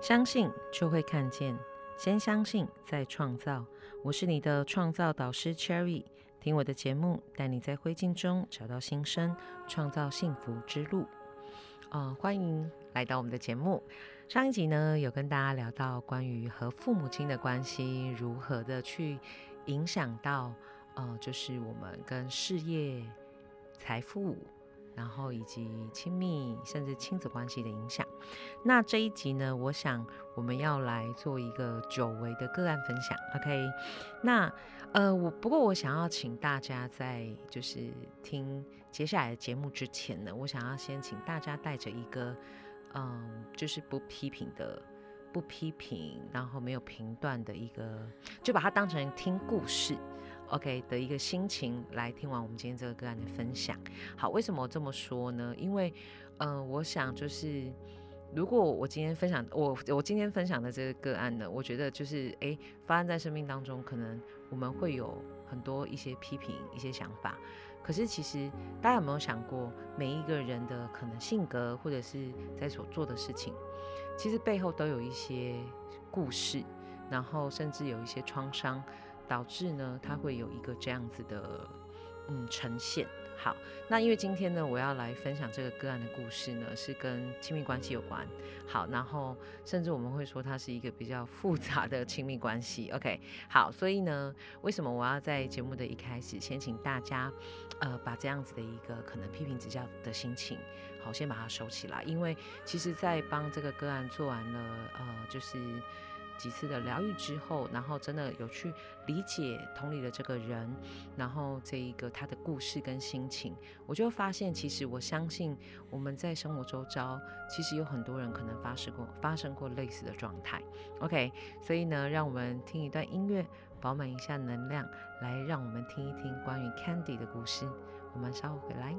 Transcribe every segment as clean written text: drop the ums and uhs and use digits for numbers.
相信就会看见，先相信再创造。我是你的创造导师 Cherry， 听我的节目，带你在灰烬中找到新生，创造幸福之路。欢迎来到我们的节目。上一集呢，有跟大家聊到关于和父母亲的关系如何的去影响到就是我们跟事业、财富，然后以及亲密甚至亲子关系的影响。那这一集呢，我想我们要来做一个久违的个案分享 OK。 那不过我想要请大家在就是听接下来的节目之前呢，我想要先请大家带着一个就是不批评，然后没有评断的一个，就把它当成听故事OK 的一个心情来听完我们今天这个个案的分享。好，为什么我这么说呢？因为我想就是如果我今天分享我今天分享的这个个案呢，我觉得就是发生在生命当中，可能我们会有很多一些批评一些想法，可是其实大家有没有想过，每一个人的可能性格或者是在所做的事情，其实背后都有一些故事，然后甚至有一些创伤，导致呢它会有一个这样子的呈现。好，那因为今天呢我要来分享这个个案的故事呢，是跟亲密关系有关。好，然后甚至我们会说它是一个比较复杂的亲密关系 OK。 好，所以呢为什么我要在节目的一开始先请大家把这样子的一个可能批评指教的心情好先把它收起来。因为其实在帮这个个案做完了就是几次的疗愈之后，然后真的有去理解同理的这个人，然后这一个他的故事跟心情，我就发现其实我相信我们在生活周遭其实有很多人可能发生过类似的状态 OK。 所以呢让我们听一段音乐饱满一下能量，来让我们听一听关于 Candy 的故事。我们稍后回来。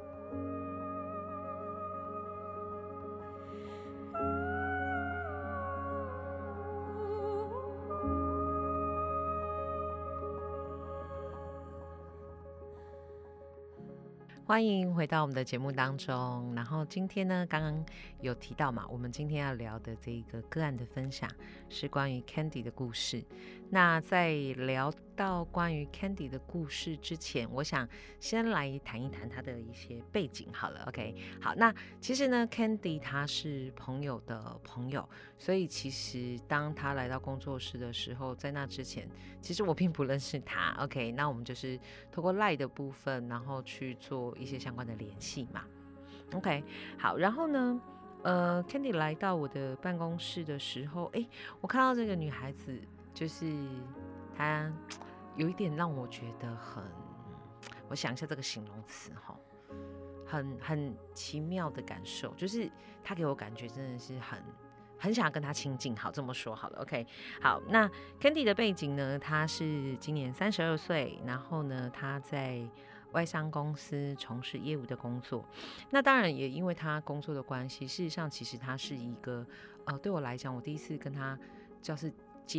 欢迎回到我们的节目当中。然后今天呢，刚刚有提到嘛，我们今天要聊的这个个案的分享是关于 Candy 的故事。那在聊到关于 Candy 的故事之前，我想先来谈一谈她的一些背景好了 OK。 好，那其实呢 Candy 她是朋友的朋友，所以其实当她来到工作室的时候，在那之前其实我并不认识她 OK。 那我们就是透过 LINE 的部分，然后去做一些相关的联系嘛 OK。 好，然后呢Candy 来到我的办公室的时候，我看到这个女孩子，就是她有一点让我觉得我想一下这个形容词很奇妙的感受，就是她给我感觉真的是很想跟她亲近。好，这么说好了 OK。 好，那 Candy 的背景呢，她是今年32岁，然后呢她在外商公司从事业务的工作。那当然也因为她工作的关系，事实上其实她是一个对我来讲，我第一次跟她就是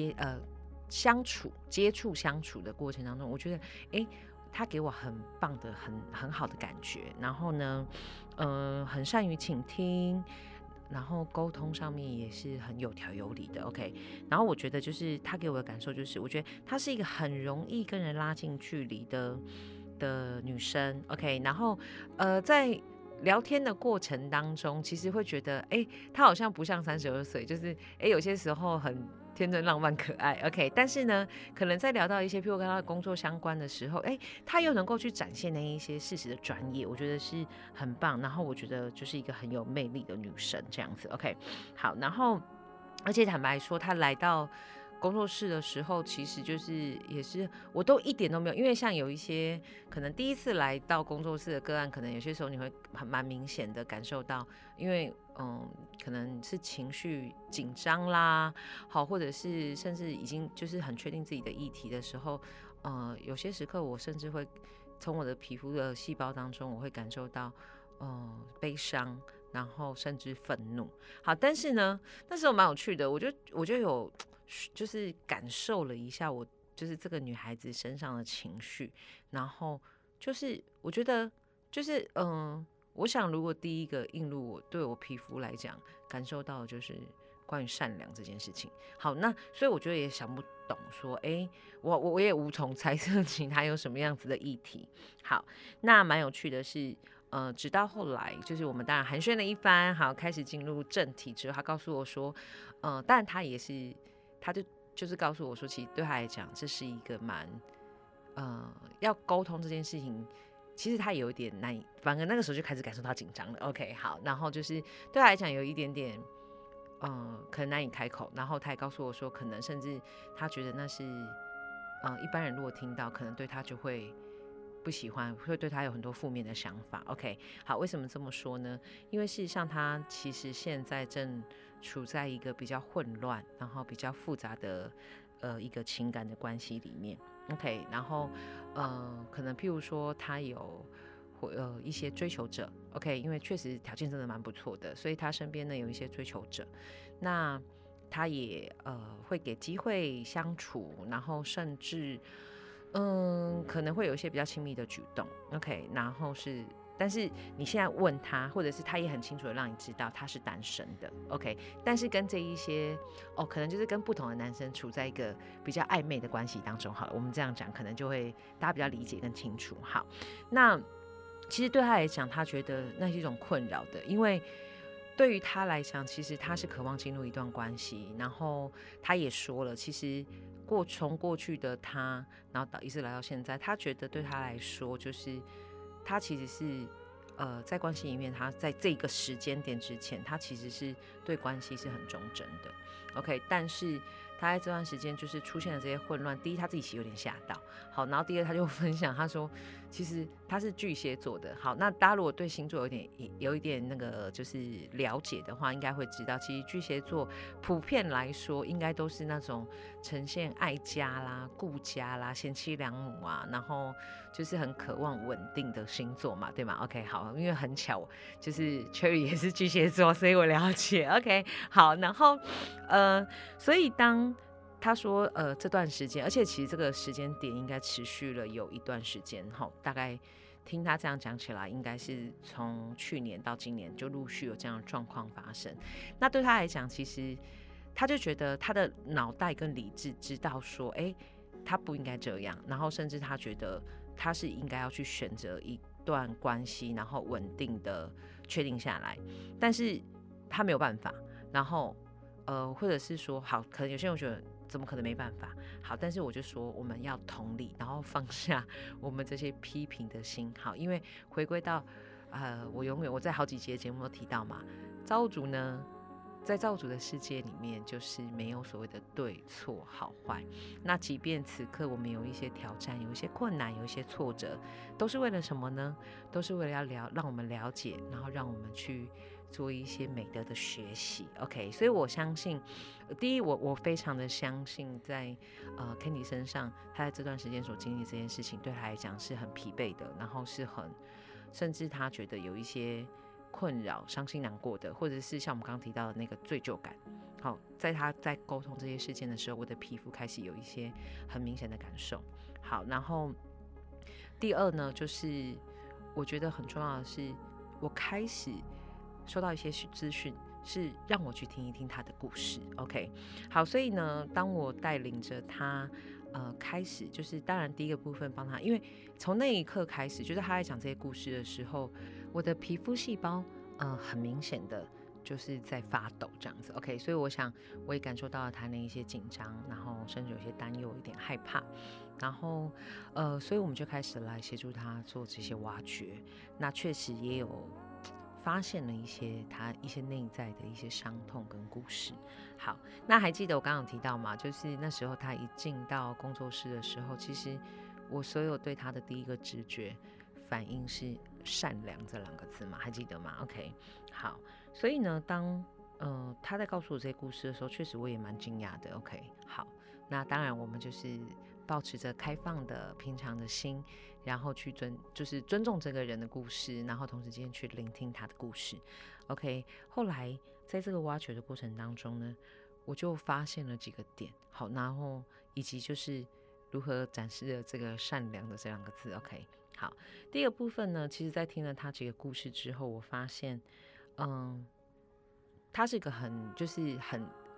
接触相处的过程当中，我觉得他给我很棒的很好的感觉。然后呢很善于倾听，然后沟通上面也是很有条有理的 OK。 然后我觉得就是他给我的感受就是，我觉得他是一个很容易跟人拉近距离的女生 OK。 然后在聊天的过程当中，其实会觉得她好像不像32岁，就是有些时候很天真浪漫可爱 OK。 但是呢可能在聊到一些譬如跟她的工作相关的时候，她又能够去展现那一些事实的专业，我觉得是很棒。然后我觉得就是一个很有魅力的女生这样子 OK。 好，然后而且坦白说，她来到工作室的时候，其实就是也是我都一点都没有，因为像有一些可能第一次来到工作室的个案，可能有些时候你会蛮明显的感受到，因为可能是情绪紧张啦，好，或者是甚至已经就是很确定自己的议题的时候，有些时刻我甚至会从我的皮肤的细胞当中，我会感受到悲伤，然后甚至愤怒。好，但是呢那时候蛮有趣的，我就有就是感受了一下我就是这个女孩子身上的情绪，然后就是我觉得就是我想如果第一个映入对我皮肤来讲感受到的就是关于善良这件事情。好，那所以我觉得也想不懂说，我也无从猜测其他有什么样子的议题。好，那蛮有趣的是，直到后来，就是我们当然寒暄了一番，好，开始进入正题之后，他告诉我说，当然他也是，他就是告诉我说，其实对他来讲，这是一个蛮，要沟通这件事情，其实他有一点难以，反而那个时候就开始感受到紧张了。OK， 好，然后就是对他来讲有一点点，可能难以开口，然后他也告诉我说，可能甚至他觉得那是，一般人如果听到，可能对他就会不喜欢，会对他有很多负面的想法。OK， 好，为什么这么说呢？因为事实上他其实现在正处在一个比较混乱，然后比较复杂的一个情感的关系里面。OK， 然后可能譬如说他有一些追求者。OK， 因为确实条件真的蛮不错的，所以他身边呢有一些追求者。那他也会给机会相处，然后甚至可能会有一些比较亲密的举动。OK， 然后但是你现在问他，或者是他也很清楚的让你知道他是单身的。OK， 但是跟这一些可能就是跟不同的男生处在一个比较暧昧的关系当中。好了，我们这样讲可能就会大家比较理解更清楚。好，那其实对他来讲，他觉得那是一种困扰的，因为对于他来讲，其实他是渴望进入一段关系，然后他也说了，其实从过去的他，然后一直来到现在，他觉得对他来说，就是他其实是在关系里面，他在这个时间点之前，他其实是对关系是很忠贞的。OK， 但是他在这段时间就是出现了这些混乱。第一，他自己其实有点吓到。好，然后第二，他就分享，他说，其实他是巨蟹座的。好，那大家如果对星座有一点那个就是了解的话，应该会知道，其实巨蟹座普遍来说，应该都是那种呈现爱家啦、顾家啦、贤妻良母啊，然后就是很渴望稳定的星座嘛，对吗 ？OK， 好，因为很巧，就是 Cherry 也是巨蟹座，所以我了解。OK， 好，然后所以当他说这段时间，而且其实这个时间点应该持续了有一段时间，大概听他这样讲起来，应该是从去年到今年就陆续有这样的状况发生。那对他来讲，其实他就觉得他的脑袋跟理智知道说，他不应该这样，然后甚至他觉得他是应该要去选择一段关系，然后稳定的确定下来，但是他没有办法，然后或者是说，好，可能有些人觉得怎么可能没办法？好，但是我就说我们要同理，然后放下我们这些批评的心。好，因为回归到我在好几节节目都提到嘛，造物主呢，在造物主的世界里面，就是没有所谓的对错好坏。那即便此刻我们有一些挑战，有一些困难，有一些挫折，都是为了什么呢？都是为了让我们了解，然后让我们去做一些美德的学习。 OK， 所以我相信第一，我非常的相信在Candy 身上，他在这段时间所经历这件事情对他来讲是很疲惫的，然后是甚至他觉得有一些困扰、伤心难过的，或者是像我们刚刚提到的那个罪疚感。好，在他在沟通这些事件的时候，我的皮肤开始有一些很明显的感受。好，然后第二呢，就是我觉得很重要的是，我开始收到一些资讯，是让我去听一听他的故事。OK， 好，所以呢，当我带领着他开始，就是当然第一个部分帮他，因为从那一刻开始，就是他在讲这些故事的时候，我的皮肤细胞很明显的就是在发抖这样子。 OK， 所以我想我也感受到了他那一些紧张，然后甚至有些担忧，有点害怕，然后所以我们就开始来协助他做这些挖掘。那确实也有发现了他一些内在的一些伤痛跟故事。好，那还记得我刚刚有提到吗？就是那时候他一进到工作室的时候，其实我所有对他的第一个直觉反应是善良这两个字嘛，还记得吗 ？OK， 好，所以呢，当他在告诉我这些故事的时候，确实我也蛮惊讶的。OK， 好，那当然我们就是抱持着开放的平常的心，然后去就是尊重这个人的故事，然后同时间去聆听他的故事。OK， 后来在这个挖掘的过程当中呢，我就发现了几个点。好，然后以及就是如何展示了这个善良的这两个字。OK， 好，第二个部分呢，其实在听了他几个故事之后，我发现他是一个就是很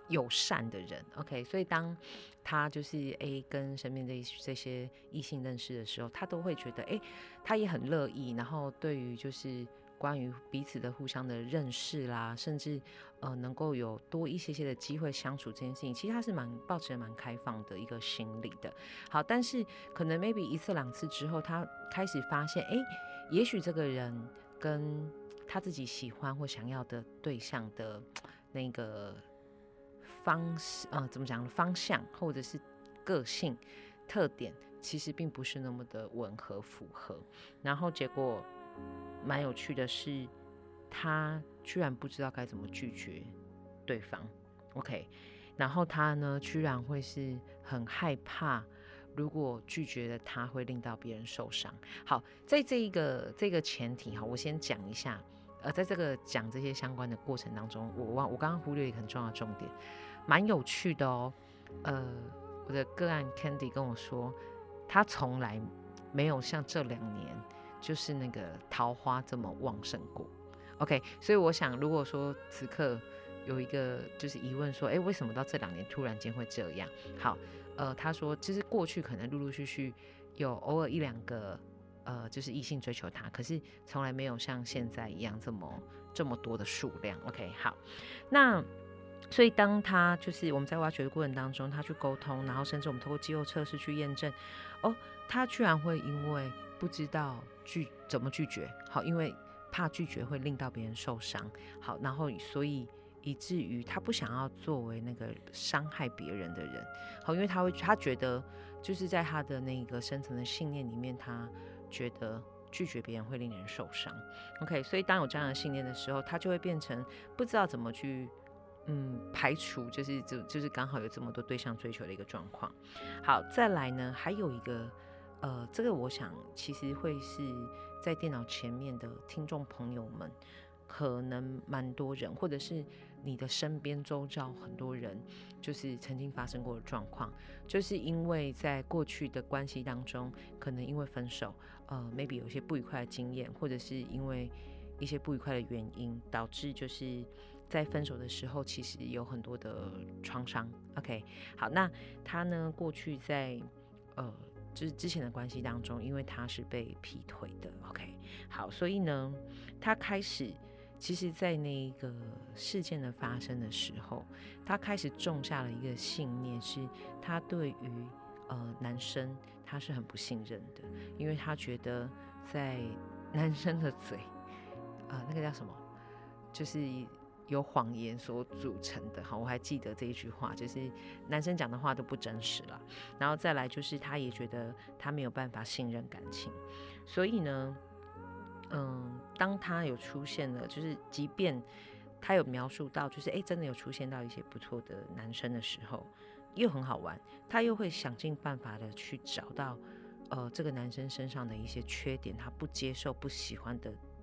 友善的人。 OK， 所以当他就是跟身边这些异性认识的时候，他都会觉得他也很乐意，然后对于就是关于彼此的互相的认识啦，甚至能够有多一些的机会相处这件事情，其实他是抱持蛮开放的一个心理的。好，但是可能 maybe 一次两次之后，他开始发现也许这个人跟他自己喜欢或想要的对象的那个怎么讲方向或者是个性特点，其实并不是那么的吻合符合。然后结果蛮有趣的是，他居然不知道该怎么拒绝对方。 OK， 然后他呢居然会是很害怕，如果拒绝了他会令到别人受伤。好，在这个前提，我先讲一下。在这个讲这些相关的过程当中，我刚刚忽略一个很重要的重点，蛮有趣的哦。我的个案 Candy 跟我说，他从来没有像这2年就是那个桃花这么旺盛过。 OK， 所以我想如果说此刻有一个就是疑问说为什么到这2年突然间会这样。好，他说其实过去可能陆陆续续有偶尔1-2个就是异性追求他，可是从来没有像现在一样这么多的数量。 OK， 好，那所以当他就是我们在挖掘的过程当中，他去沟通，然后甚至我们透过肌肉测试去验证，他居然会因为不知道怎么拒绝，好，因为怕拒绝会令到别人受伤，好，然后所以以至于他不想要作为那个伤害别人的人，好，因为他觉得就是在他的那个深层的信念里面，他觉得拒绝别人会令人受伤。 OK， 所以当有这样的信念的时候，他就会变成不知道怎么去排除，就是刚好有这么多对象追求的一个状况。好，再来呢，还有一个这个我想其实会是在电脑前面的听众朋友们，可能蛮多人，或者是你的身边周遭很多人，就是曾经发生过的状况，就是因为在过去的关系当中，可能因为分手maybe 有一些不愉快的经验，或者是因为一些不愉快的原因，导致就是在分手的时候其实有很多的创伤。 OK， 好，那他呢过去在就是之前的关系当中，因为他是被劈腿的。 OK， 好，所以呢他开始其实在那个事件的发生的时候，他开始种下了一个信念，是他对于男生他是很不信任的，因为他觉得在男生的嘴那个叫什么，就是由谎言所组成的。好，我还记得这一句话，就是男生讲的话都不真实了。然后再来就是他也觉得他没有办法信任感情，所以呢当他有出现了，就是即便他有描述到就是真的有出现到一些不错的男生的时候，又很好玩，他又会想尽办法的去找到这个男生身上的一些缺点，他不接受不喜欢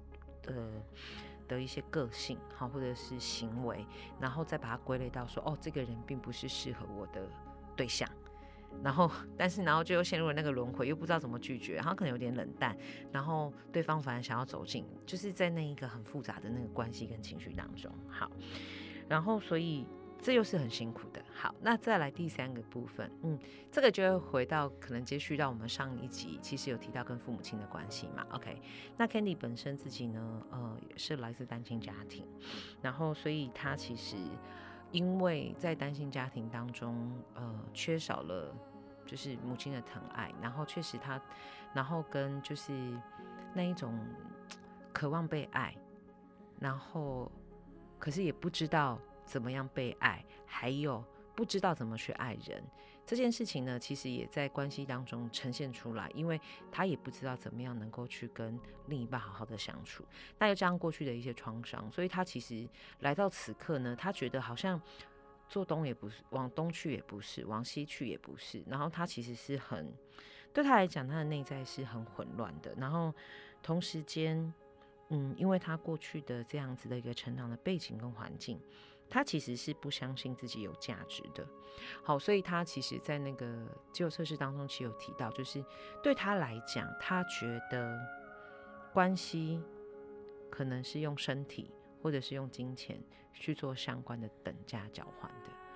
的一些个性或者是行为，然后再把它归类到说这个人并不是适合我的对象，然后就又陷入了那个轮回，又不知道怎么拒绝，然后可能有点冷淡，然后对方反而想要走近，就是在那一个很复杂的那个关系跟情绪当中。好，然后所以这又是很辛苦的。好，那再来第3个部分，这个就会回到可能接续到我们上一集其实有提到跟父母亲的关系嘛。 OK， 那 Candy 本身自己呢也是来自单亲家庭，然后所以他其实因为在单亲家庭当中缺少了就是母亲的疼爱，然后确实他然后跟就是那一种渴望被爱，然后可是也不知道怎么样被爱，还有不知道怎么去爱人，这件事情呢其实也在关系当中呈现出来，因为他也不知道怎么样能够去跟另一半好好的相处，那又加上过去的一些创伤，所以他其实来到此刻呢，他觉得好像做东也不是，往东去也不是，往西去也不是，然后他其实是很对他来讲，他的内在是很混乱的，然后同时间因为他过去的这样子的一个成长的背景跟环境，他其实是不相信自己有价值的。好，所以他其实在那个肌肉测试当中其实有提到，就是对他来讲，他觉得关系可能是用身体或者是用金钱去做相关的等价交换的。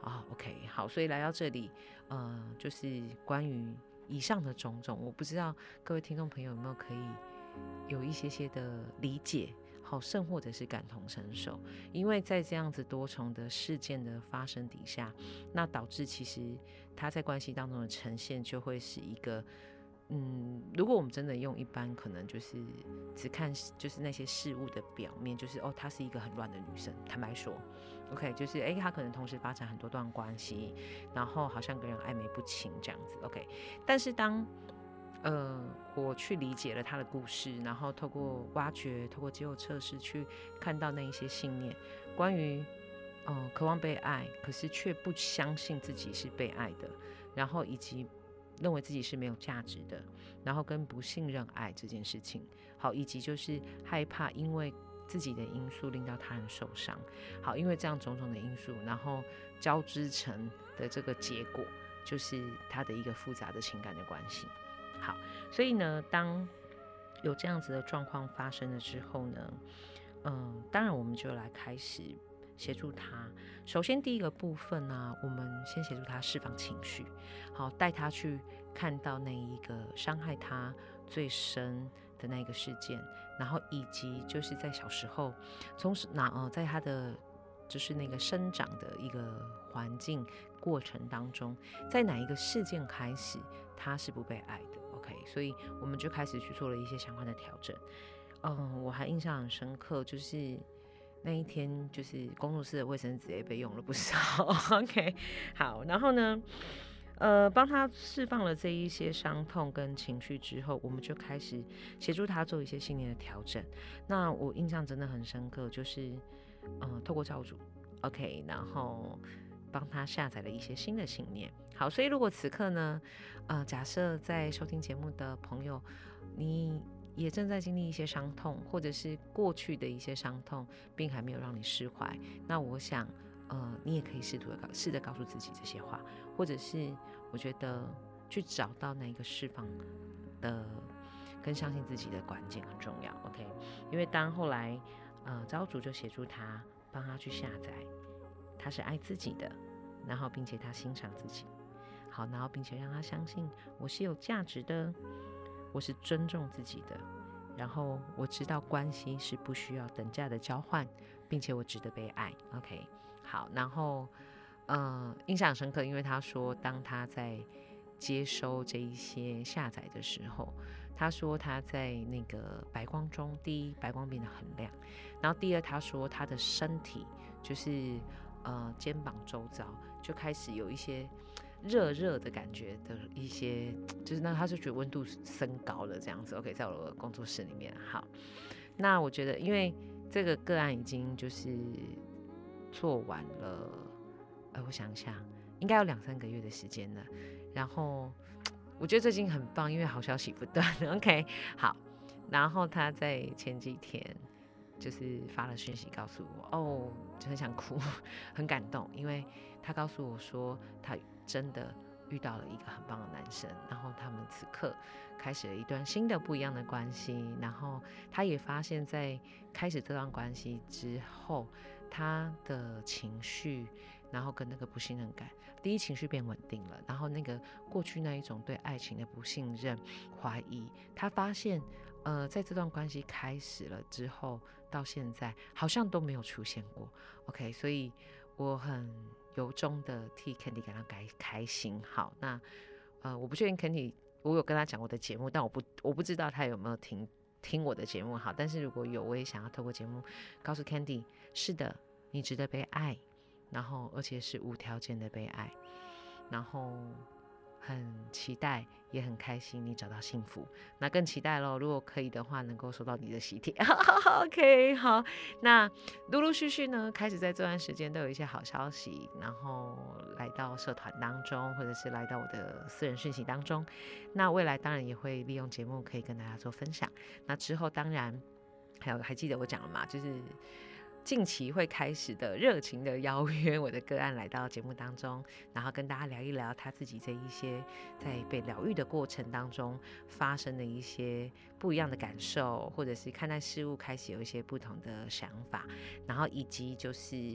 OK， 好，所以来到这里，就是关于以上的种种，我不知道各位听众朋友有没有可以有一些的理解，好，甚或者是感同身受，因为在这样子多重的事件的发生底下，那导致其实他在关系当中的呈现就会是一个。如果我们真的用一般可能就是只看就是那些事物的表面，就是她是一个很乱的女生，坦白说 ，OK， 就是她可能同时发展很多段关系，然后好像跟人暧昧不清这样子 ，OK， 但是当我去理解了她的故事，然后透过挖掘，透过肌肉测试去看到那一些信念，关于渴望被爱，可是却不相信自己是被爱的，然后以及认为自己是没有价值的，然后跟不信任爱这件事情，好，以及就是害怕因为自己的因素令到他人受伤，好，因为这样种种的因素，然后交织成的这个结果，就是他的一个复杂的情感的关系。好，所以呢，当有这样子的状况发生了之后呢，当然我们就来开始协助他。首先第一个部分呢，我们先协助他释放情绪，好，带他去看到那一个伤害他最深的那个事件，然后以及就是在小时候，在他的就是那个生长的一个环境过程当中，在哪一个事件开始他是不被爱的 ，OK， 所以我们就开始去做了一些相关的调整。我还印象很深刻，就是那一天，就是工作室的卫生纸也被用了不少。OK， 好，然后呢，帮他释放了这一些伤痛跟情绪之后，我们就开始协助他做一些信念的调整。那我印象真的很深刻，就是透过教主 ，OK， 然后帮他下载了一些新的信念。好，所以如果此刻呢，假设在收听节目的朋友，你也正在经历一些伤痛，或者是过去的一些伤痛，并还没有让你释怀，那我想，你也可以试着告诉自己这些话，或者是我觉得去找到那一个释放的跟相信自己的关键很重要 ，OK？ 因为当后来，招主就协助他，帮他去下载，他是爱自己的，然后并且他欣赏自己，好，然后并且让他相信我是有价值的。我是尊重自己的，然后我知道关系是不需要等价的交换，并且我值得被爱。OK， 好，然后印象深刻，因为他说，当他在接收这一些下载的时候，他说他在那个白光中，第一，白光变得很亮，然后第二，他说他的身体就是肩膀周遭就开始有一些热热的感觉的一些，就是那他就觉得温度升高了这样子。OK， 在我的工作室里面，好，那我觉得因为这个个案已经就是做完了，我想想，应该有2-3个月的时间了。然后我觉得最近很棒，因为好消息不断。OK， 好，然后他在前几天就是发了讯息告诉我，就很想哭，很感动，因为他告诉我说他真的遇到了一个很棒的男生，然后他们此刻开始了一段新的不一样的关系，然后他也发现在开始这段关系之后，他的情绪然后跟那个不信任感，第一情绪变稳定了，然后那个过去那一种对爱情的不信任怀疑，他发现在这段关系开始了之后到现在好像都没有出现过。 OK， 所以我很由衷的替 Candy 感到开心。好，那我不确定 Candy， 我有跟他讲我的节目，但我不知道他有没有听我的节目。好，但是如果有，我也想要透过节目告诉 Candy， 是的，你值得被爱，然后而且是无条件的被爱，然后很期待也很开心你找到幸福，那更期待咯，如果可以的话能够收到你的喜帖。OK， 好，那陆陆续续呢开始在这段时间都有一些好消息，然后来到社团当中，或者是来到我的私人讯息当中，那未来当然也会利用节目可以跟大家做分享。那之后当然还记得我讲了嘛，就是近期会开始的热情的邀约我的个案来到节目当中，然后跟大家聊一聊他自己这一些在被疗愈的过程当中发生的一些不一样的感受，或者是看待事物开始有一些不同的想法，然后以及就是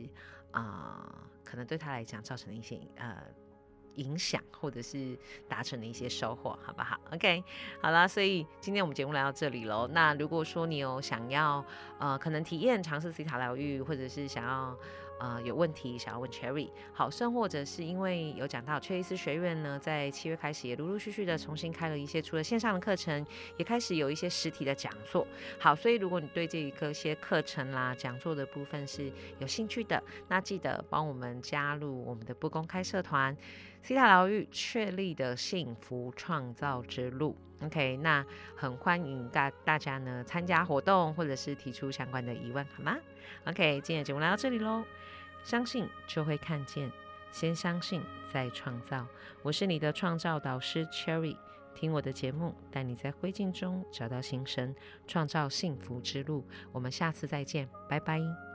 可能对他来讲造成的一些影响，或者是达成的一些收获，好不好 ？OK， 好啦，所以今天我们节目来到这里咯。那如果说你有想要可能体验尝试西塔疗愈，或者是想要有问题想要问 Cherry， 好，甚或者是因为有讲到雀医师学院呢，在7月开始也陆陆续续的重新开了一些除了线上的课程，也开始有一些实体的讲座。好，所以如果你对这一些课程啦、讲座的部分是有兴趣的，那记得帮我们加入我们的不公开社团西塔疗愈确立的幸福创造之路。OK， 那很欢迎大家呢参加活动，或者是提出相关的疑问，好吗 ？OK， 今天的节目来到这里咯。相信就会看见，先相信再创造。我是你的创造导师 Cherry， 听我的节目，带你在灰烬中找到新生，创造幸福之路。我们下次再见，拜拜。